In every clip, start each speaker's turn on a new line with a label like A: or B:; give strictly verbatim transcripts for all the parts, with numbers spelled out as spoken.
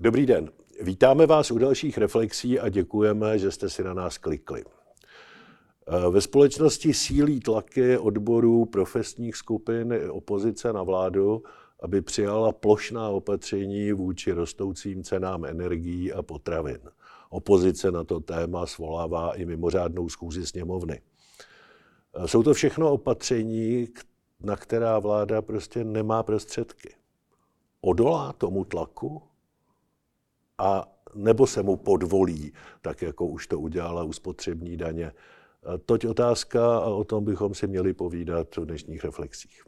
A: Dobrý den, vítáme vás u dalších reflexí a děkujeme, že jste si na nás klikli. Ve společnosti sílí tlaky odborů, profesních skupin i opozice na vládu, aby přijala plošná opatření vůči rostoucím cenám energií a potravin. Opozice na to téma svolává i mimořádnou schůzi sněmovny. Jsou to všechno opatření, na která vláda prostě nemá prostředky. Odolá tomu tlaku? A nebo se mu podvolí, tak jako už to udělala u spotřební daně. Toť otázka a o tom bychom si měli povídat v dnešních reflexích.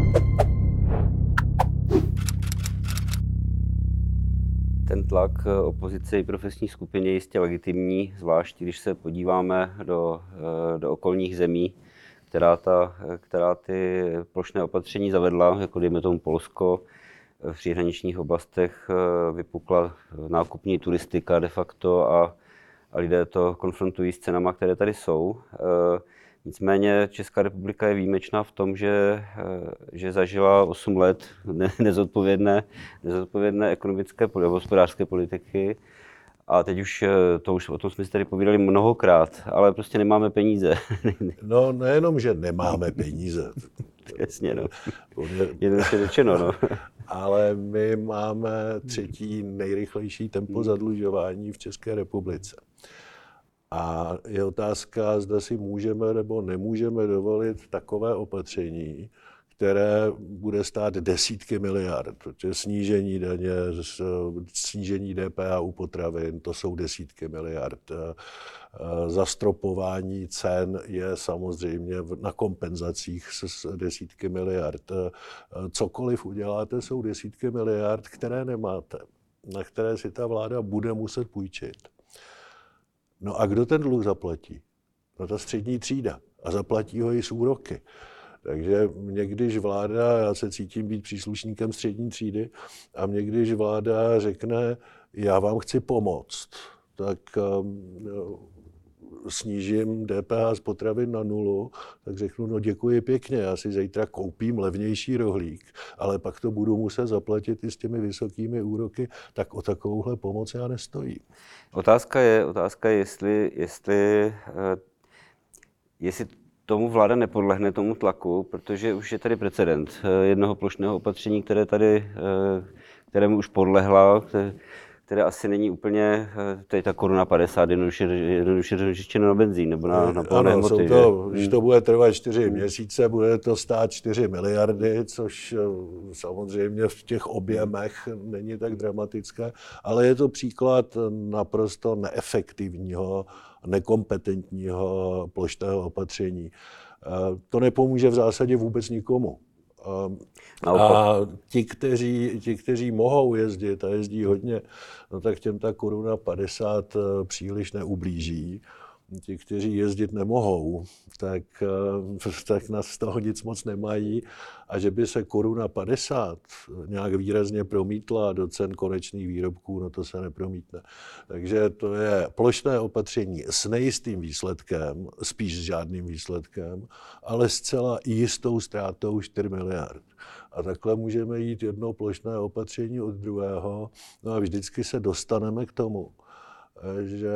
B: Ten tlak opozice i profesní skupiny je jistě legitimní, zvlášť když se podíváme do, do okolních zemí, která, ta, která ty plošné opatření zavedla, jako dejme tomu Polsko. V příhraničních oblastech vypukla nákupní turistika de facto a, a lidé to konfrontují s cenama, které tady jsou. Nicméně Česká republika je výjimečná v tom, že, že zažila osm let nezodpovědné, nezodpovědné ekonomické a hospodářské politiky. A teď už, to už o tom jsme si tady povídali mnohokrát, ale prostě nemáme peníze.
A: No nejenom, že nemáme peníze.
B: Jasně, no. Jenom se řečeno, no.
A: Ale my máme třetí nejrychlejší tempo zadlužování v České republice. A je otázka, zda si můžeme nebo nemůžeme dovolit takové opatření, které bude stát desítky miliard, protože snížení daně, snížení D P H u potravin, to jsou desítky miliard. Zastropování cen je samozřejmě na kompenzacích s desítky miliard. Cokoliv uděláte, jsou desítky miliard, které nemáte, na které si ta vláda bude muset půjčit. No a kdo ten dluh zaplatí? No ta střední třída. A zaplatí ho i s úroky. Takže mě, když vláda, já se cítím být příslušníkem střední třídy, a mě, když vláda řekne, já vám chci pomoct, tak um, snížím D P H z potravin na nulu, tak řeknu, no děkuji pěkně, já si zítra koupím levnější rohlík, ale pak to budu muset zaplatit i s těmi vysokými úroky, tak o takovouhle pomoc já nestojím.
B: Otázka je, otázka je jestli, jestli, jestli tomu vláda nepodlehne tomu tlaku, protože už je tady precedent jednoho plošného opatření, které tady, kterému už podlehla, které asi není úplně, to je ta koruna padesát, jednoduše řečeno na benzín nebo na, na pohonné hmoty.
A: Ano, to, když to bude trvat čtyři měsíce, bude to stát čtyři miliardy, což samozřejmě v těch objemech není tak dramatické, ale je to příklad naprosto neefektivního, nekompetentního plošného opatření. To nepomůže v zásadě vůbec nikomu. A ti kteří, ti, kteří mohou jezdit a jezdí hodně, no tak těm ta koruna padesát příliš neublíží. Ti, kteří jezdit nemohou, tak, tak nás z toho nic moc nemají. A že by se koruna padesát nějak výrazně promítla do cen konečných výrobků, no to se nepromítne. Takže to je plošné opatření s nejistým výsledkem, spíš s žádným výsledkem, ale zcela jistou ztrátou čtyři miliard. A takhle můžeme jít jedno plošné opatření od druhého, no a vždycky se dostaneme k tomu, že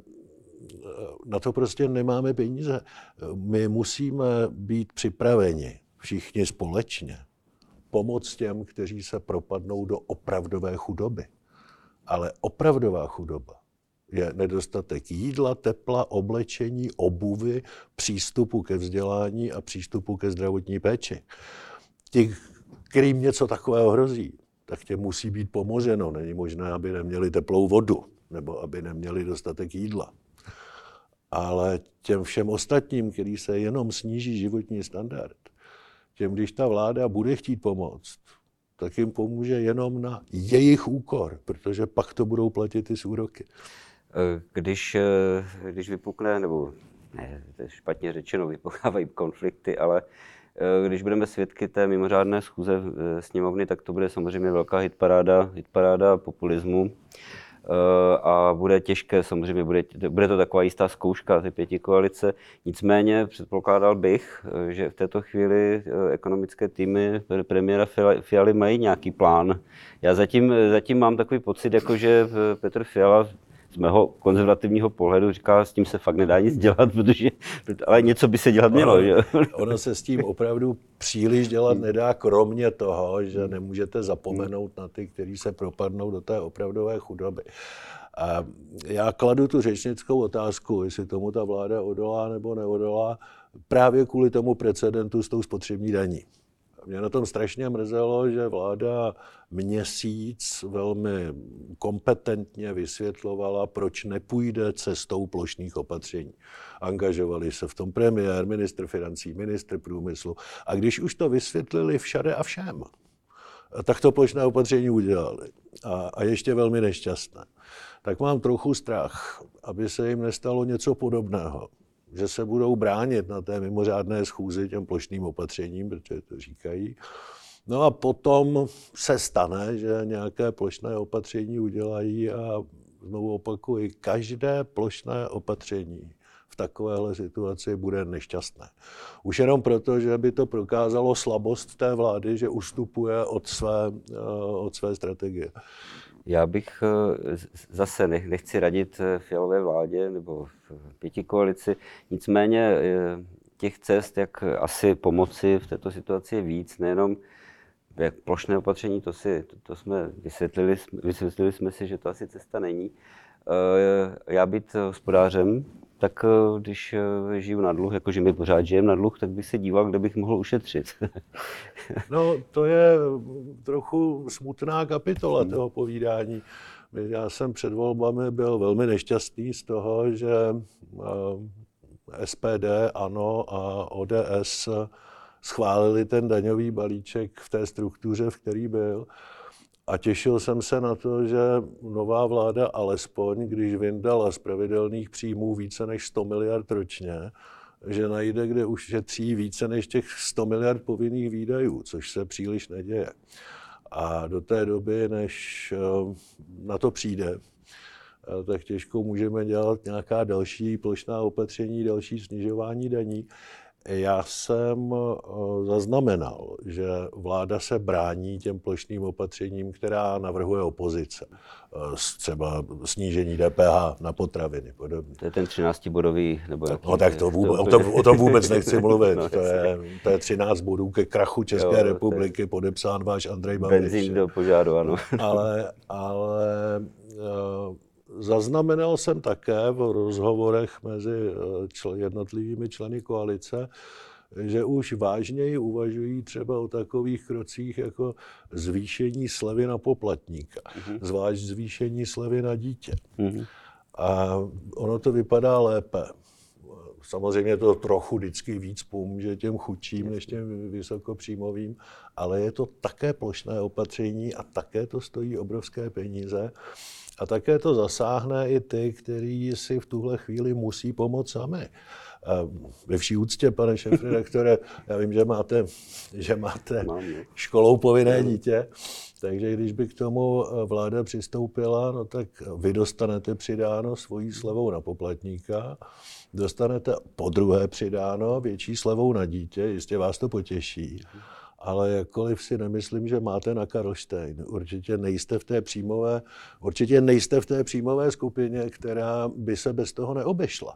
A: na to prostě nemáme peníze. My musíme být připraveni, všichni společně, pomoct těm, kteří se propadnou do opravdové chudoby. Ale opravdová chudoba je nedostatek jídla, tepla, oblečení, obuvy, přístupu ke vzdělání a přístupu ke zdravotní péči. Ti, kterým něco takového hrozí, tak těm musí být pomoženo. Není možné, aby neměli teplou vodu nebo aby neměli dostatek jídla. Ale těm všem ostatním, který se jenom sníží životní standard, těm, když ta vláda bude chtít pomoct, tak jim pomůže jenom na jejich úkor, protože pak to budou platit i z úroky.
B: Když, když vypukne, nebo ne, to je špatně řečeno, vypuknávají konflikty, ale když budeme svědky té mimořádné schůze sněmovny, tak to bude samozřejmě velká hitparáda, hitparáda populismu. a bude těžké, samozřejmě bude, bude to taková jistá zkouška ty pětikoalice. Nicméně předpokládal bych, že v této chvíli ekonomické týmy premiéra Fialy mají nějaký plán. Já zatím, zatím mám takový pocit, jako že Petr Fiala z mého konzervativního pohledu říká, s tím se fakt nedá nic dělat, protože, ale něco by se dělat mělo.
A: Ono,
B: že?
A: ono se s tím opravdu příliš dělat nedá, kromě toho, že nemůžete zapomenout na ty, kteří se propadnou do té opravdové chudoby. A já kladu tu řečnickou otázku, jestli tomu ta vláda odolá nebo neodolá, právě kvůli tomu precedentu s tou spotřební daní. Mě na tom strašně mrzelo, že vláda měsíc velmi kompetentně vysvětlovala, proč nepůjde cestou plošných opatření. Angažovali se v tom premiér, ministr financí, ministr průmyslu. A když už to vysvětlili všade a všem, tak to plošné opatření udělali. A, a ještě velmi nešťastné. Tak mám trochu strach, aby se jim nestalo něco podobného. Že se budou bránit na té mimořádné schůzi těm plošným opatřením, protože to říkají. No a potom se stane, že nějaké plošné opatření udělají a znovu opakuji, každé plošné opatření v takovéhle situaci bude nešťastné. Už jenom proto, že by to prokázalo slabost té vlády, že ustupuje od své, od své strategie.
B: Já bych zase nechci radit Fialové vládě nebo pětikoalici, nicméně těch cest, jak asi pomoci v této situaci je víc, nejenom jak plošné opatření, to, si, to, to jsme vysvětlili, vysvětlili jsme si, že to asi cesta není. Já být hospodářem, tak když žiju na dluh, jakože my pořád žijeme na dluh, tak bych se díval, kde bych mohl ušetřit.
A: No, to je trochu smutná kapitola toho povídání. Já jsem před volbami byl velmi nešťastný z toho, že S P D, ANO a O D S schválili ten daňový balíček v té struktuře, v který byl. A těšil jsem se na to, že nová vláda alespoň, když vyndala z pravidelných příjmů více než sto miliard ročně, že najde, kde už šetří více než těch sto miliard povinných výdajů, což se příliš neděje. A do té doby, než na to přijde, tak těžko můžeme dělat nějaká další plošná opatření, další snižování daní. Já jsem zaznamenal, že vláda se brání těm plošným opatřením, která navrhuje opozice. Třeba snížení D P H na potraviny podobně.
B: To je ten třináctibodový, nebo jaký?
A: No tak to vůbec, o, tom, o tom vůbec nechci mluvit. No, to, je, to je třináct bodů ke krachu České jo, republiky, je... podepsán váš Andrej Babiš.
B: Benzín do požáru, ano.
A: Ale, ale zaznamenal jsem také v rozhovorech mezi čl- jednotlivými členy koalice, že už vážněji uvažují třeba o takových krocích jako zvýšení slevy na poplatníka, mm-hmm. zvlášť zvýšení slevy na dítě. Mm-hmm. A ono to vypadá lépe. Samozřejmě to trochu vždycky víc pomůže těm chudším než těm vysokopříjmovým, ale je to také plošné opatření a také to stojí obrovské peníze. A také to zasáhne i ty, kteří si v tuhle chvíli musí pomoct sami. Ve vší úctě, pane šéfredaktore, já vím, že máte, že máte školou povinné dítě, takže když by k tomu vláda přistoupila, no tak vy dostanete přidáno svojí slevou na poplatníka, dostanete podruhé přidáno větší slevou na dítě, jistě vás to potěší. Ale jakkoliv si nemyslím, že máte na Karlštejn, určitě nejste v té příjmové, určitě nejste v té příjmové skupině, která by se bez toho neobešla.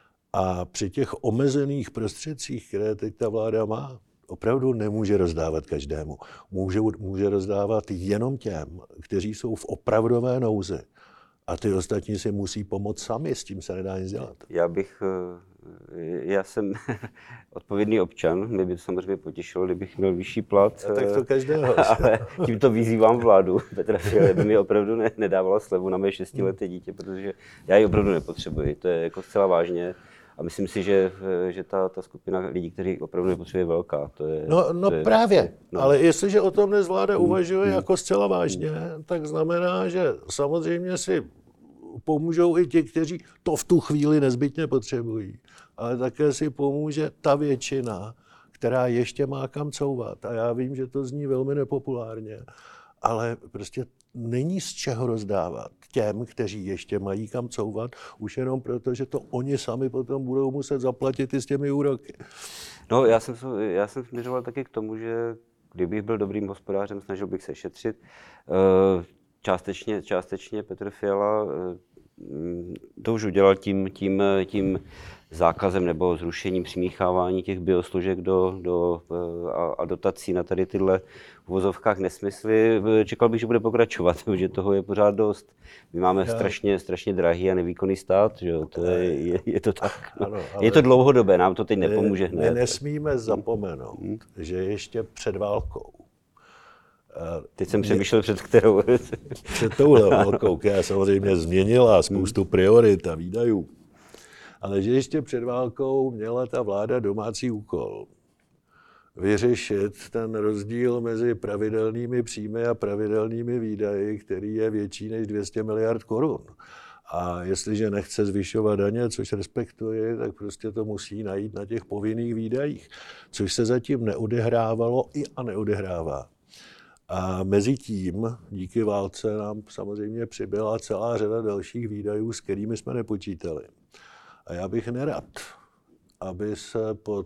A: A při těch omezených prostředcích, které teď ta vláda má, opravdu nemůže rozdávat každému. Může, může rozdávat jenom těm, kteří jsou v opravdové nouzi. A ty ostatní si musí pomoct sami, s tím se nedá nic dělat.
B: Já bych, já jsem odpovědný občan, mě by to samozřejmě potěšilo, kdybych měl vyšší plat.
A: A tak to každého.
B: Ale tímto vyzývám vládu Petra Fialy, aby mi opravdu ne, nedávala slevu na mé šestileté dítě, protože já ji opravdu nepotřebuji. To je jako zcela vážně. A myslím si, že, že ta, ta skupina lidí, kteří opravdu nepotřebuje, je velká. To je,
A: no no
B: to je,
A: právě,
B: no.
A: Ale jestliže o tom dnes vláda uvažuje mm. jako zcela vážně, tak znamená, že samozřejmě si pomůžou i ti, kteří to v tu chvíli nezbytně potřebují. Ale také si pomůže ta většina, která ještě má kam couvat. A já vím, že to zní velmi nepopulárně, ale prostě není z čeho rozdávat. těm, kteří ještě mají kam couvat, už jenom proto, že to oni sami potom budou muset zaplatit i s těmi úroky.
B: No, já jsem, já jsem směřoval taky k tomu, že kdybych byl dobrým hospodářem, snažil bych se šetřit. Částečně, částečně Petr Fiala to už udělal tím, tím, tím zákazem nebo zrušením přimíchávání těch biosložek do, do, a, a dotací na tady tyhle v uvozovkách nesmysly. Čekal bych, že bude pokračovat, že toho je pořád dost. My máme Já. strašně, strašně drahý a nevýkonný stát, že jo? To je, je, je to tak. No. Ano, je to dlouhodobé, nám to teď nepomůže hned.
A: My nesmíme zapomenout, hmm. že ještě před válkou.
B: Teď jsem přemýšlel před kterou.
A: Před touhle válkou, která samozřejmě změnila spoustu priorit a výdajů. Ale že ještě před válkou měla ta vláda domácí úkol vyřešit ten rozdíl mezi pravidelnými příjmy a pravidelnými výdaji, který je větší než dvě stě miliard korun. A jestliže nechce zvyšovat daně, což respektuji, tak prostě to musí najít na těch povinných výdajích, což se zatím neodehrávalo i a neodehrává. A mezi tím, díky válce, nám samozřejmě přibyla celá řada dalších výdajů, s kterými jsme nepočítali. A já bych nerad, aby se pod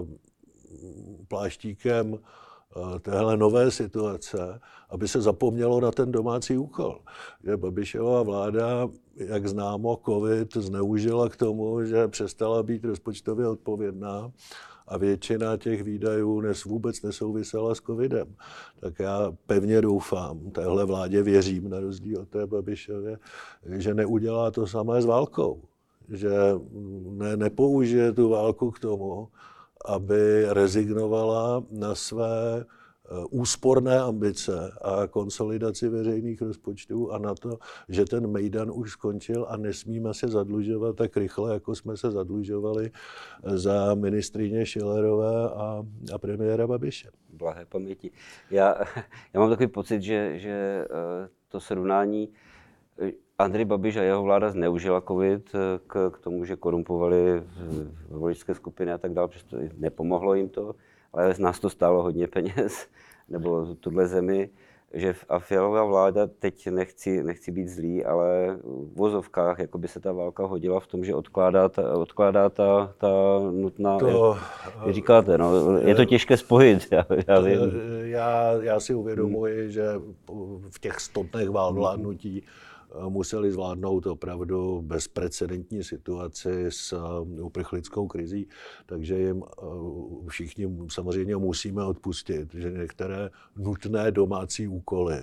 A: pláštíkem téhle nové situace, aby se zapomnělo na ten domácí úkol. Že Babišova vláda, jak známo, covid zneužila k tomu, že přestala být rozpočtově odpovědná a většina těch výdajů nes, vůbec nesouvisela s covidem. Tak já pevně doufám, téhle vládě věřím, na rozdíl od té Babišově, že neudělá to samé s válkou. Že ne, nepoužije tu válku k tomu, aby rezignovala na své úsporné ambice a konsolidaci veřejných rozpočtů a na to, že ten mejdan už skončil a nesmíme se zadlužovat tak rychle, jako jsme se zadlužovali za ministryně Schillerové a, a premiéra Babiše.
B: Blahé paměti. Já, já mám takový pocit, že, že to srovnání Andrej Babiš a jeho vláda zneužila covid k, k tomu, že korumpovali voličské skupiny a tak dále, přesto nepomohlo jim to, ale z nás to stálo hodně peněz, nebo tuhle zemi, že a Fialová vláda, teď nechci, nechci být zlý, ale v vozovkách jako by se ta válka hodila v tom, že odkládá ta, odkládá ta, ta nutná, to, jak říkáte, no, je to těžké spojit. Já, já, vím.
A: já, já si uvědomuji, hmm. že v těch sto dnech vládnutí museli zvládnout opravdu bezprecedentní situaci s uprchlickou krizí, takže jim všichni samozřejmě musíme odpustit, že některé nutné domácí úkoly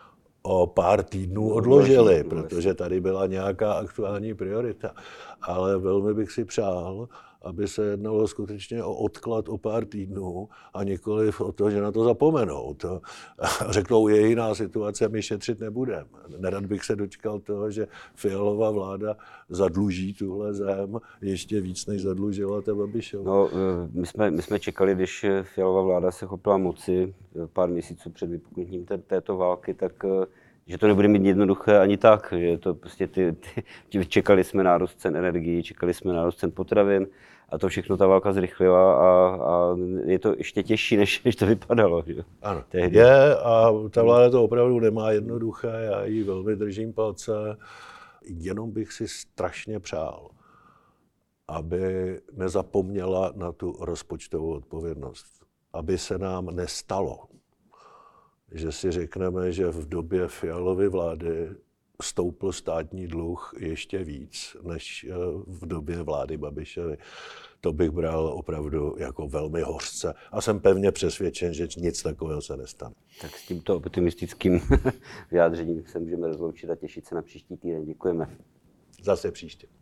A: o pár týdnů odložili, protože tady byla nějaká aktuální priorita. Ale velmi bych si přál, aby se jednalo skutečně o odklad o pár týdnů a nikoliv o to, že na to zapomenou. To, řeknou, je jiná situace, my šetřit nebudeme. Nerad bych se dočkal toho, že Fialová vláda zadluží tuhle zem ještě víc, než zadlužila ta Babišova.
B: No, my jsme, my jsme čekali, když Fialová vláda se chopila moci pár měsíců před vypuknutím té, této války, tak že to nebude mít jednoduché ani tak, že to prostě ty, ty, čekali jsme nárůst cen energií, čekali jsme nárůst cen potravin a to všechno ta válka zrychlila a, a je to ještě těžší, než, než to vypadalo. Že?
A: Ano, tehdy. Je a ta vláda to opravdu nemá jednoduché, já jí velmi držím palce, jenom bych si strašně přál, aby nezapomněla na tu rozpočtovou odpovědnost, aby se nám nestalo, že si řekneme, že v době Fialovy vlády stoupl státní dluh ještě víc, než v době vlády Babišovy. To bych bral opravdu jako velmi hořce a jsem pevně přesvědčen, že nic takového se nestane.
B: Tak s tímto optimistickým vyjádřením se můžeme rozloučit a těšit se na příští týden. Děkujeme.
A: Zase příště.